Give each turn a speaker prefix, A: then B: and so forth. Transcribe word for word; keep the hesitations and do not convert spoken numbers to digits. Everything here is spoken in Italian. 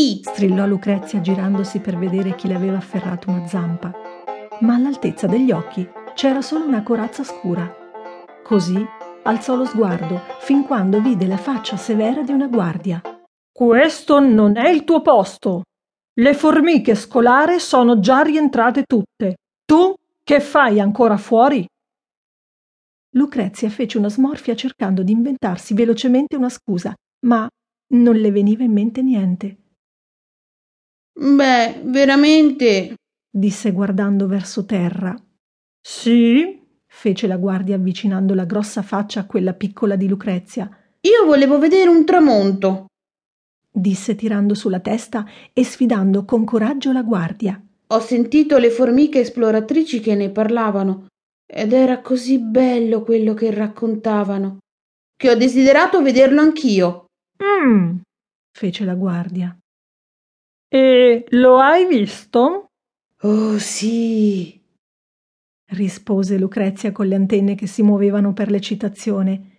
A: sì!
B: strillò Lucrezia girandosi per vedere chi le aveva afferrato una zampa. Ma all'altezza degli occhi c'era solo una corazza scura. Così alzò lo sguardo fin quando vide la faccia severa di una guardia. «Questo non è il tuo posto! Le formiche scolare sono già rientrate tutte. Tu che fai ancora fuori?» Lucrezia fece una smorfia cercando di inventarsi velocemente una scusa, ma non le veniva in mente niente.
A: Beh, veramente,
B: Disse guardando verso terra. «Sì?» fece la guardia avvicinando la grossa faccia a quella piccola di Lucrezia.
A: io volevo vedere un tramonto.
B: Disse tirando sulla testa e sfidando con coraggio la guardia.
A: Ho sentito le formiche esploratrici che ne parlavano ed era così bello quello che raccontavano che ho desiderato vederlo anch'io.
B: «Mmm!» fece la guardia. «E lo hai visto?»
A: Oh sì,
B: rispose Lucrezia con le antenne che si muovevano per l'eccitazione.